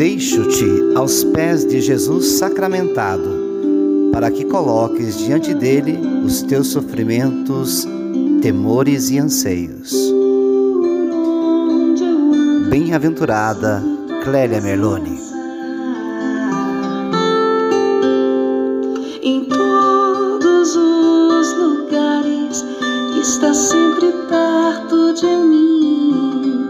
Deixo-te aos pés de Jesus sacramentado, para que coloques diante dele os teus sofrimentos, temores e anseios. Bem-aventurada Clélia Merloni. Em todos os lugares, está sempre perto de mim.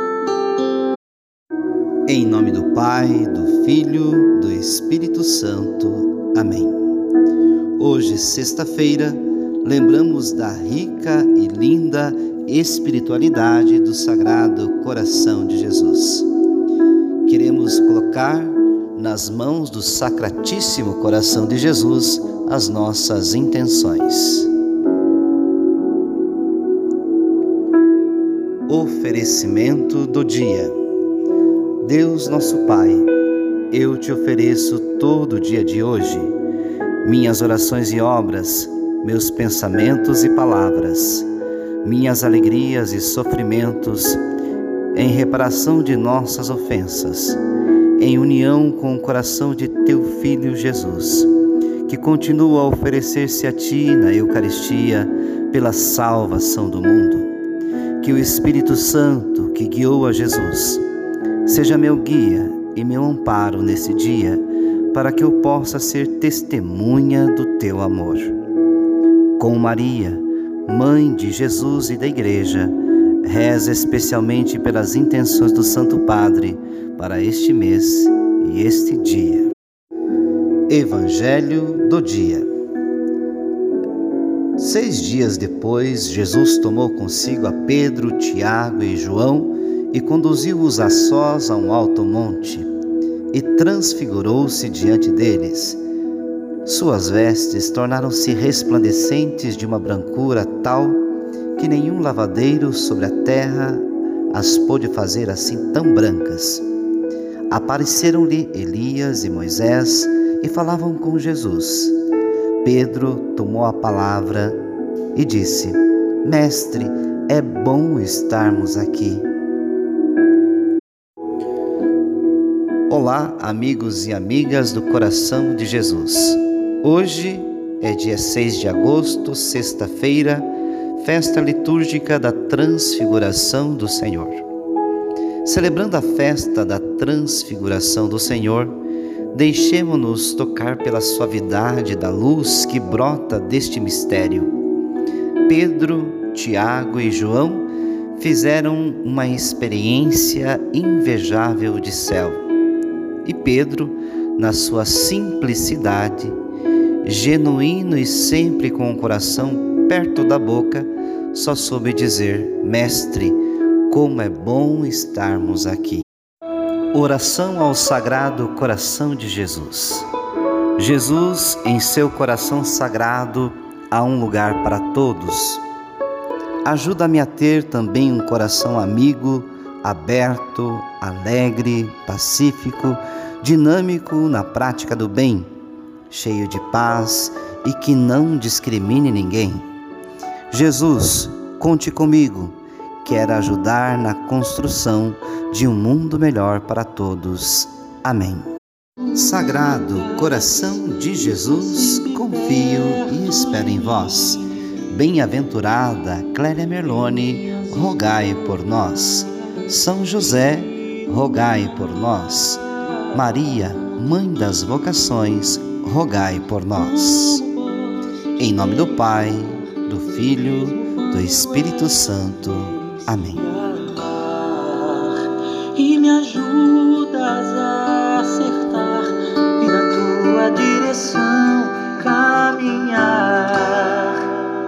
Em nome do Pai, do Filho, do Espírito Santo. Amém. Hoje, sexta-feira, lembramos da rica e linda espiritualidade do Sagrado Coração de Jesus. Queremos colocar nas mãos do Sacratíssimo Coração de Jesus as nossas intenções. Oferecimento do dia. Deus nosso Pai, eu te ofereço todo o dia de hoje, minhas orações e obras, meus pensamentos e palavras, minhas alegrias e sofrimentos, em reparação de nossas ofensas, em união com o coração de teu Filho Jesus, que continua a oferecer-se a ti na Eucaristia pela salvação do mundo. Que o Espírito Santo, que guiou a Jesus, seja meu guia e meu amparo nesse dia, para que eu possa ser testemunha do teu amor. Com Maria, Mãe de Jesus e da Igreja, reza especialmente pelas intenções do Santo Padre para este mês e este dia. Evangelho do dia. 6 dias depois, Jesus tomou consigo a Pedro, Tiago e João e conduziu-os a sós a um alto monte e transfigurou-se diante deles. Suas vestes tornaram-se resplandecentes de uma brancura tal que nenhum lavadeiro sobre a terra as pôde fazer assim tão brancas. Apareceram-lhe Elias e Moisés e falavam com Jesus. Pedro tomou a palavra e disse: Mestre, é bom estarmos aqui. Olá, amigos e amigas do Coração de Jesus. Hoje é dia 6 de agosto, sexta-feira, festa litúrgica da Transfiguração do Senhor. Celebrando a festa da Transfiguração do Senhor, deixemo-nos tocar pela suavidade da luz que brota deste mistério. Pedro, Tiago e João fizeram uma experiência invejável de céu. E Pedro, na sua simplicidade, genuíno e sempre com o coração perto da boca, só soube dizer: Mestre, como é bom estarmos aqui. Oração ao Sagrado Coração de Jesus. Jesus, em seu coração sagrado, há um lugar para todos. Ajuda-me a ter também um coração amigo, aberto, alegre, pacífico, dinâmico na prática do bem, cheio de paz e que não discrimine ninguém. Jesus, conte comigo, quero ajudar na construção de um mundo melhor para todos. Amém. Sagrado Coração de Jesus, confio e espero em vós. Bem-aventurada Clélia Merloni, rogai por nós. São José, rogai por nós. Maria, Mãe das vocações, rogai por nós. Em nome do Pai, do Filho, do Espírito Santo. Amém. E me ajuda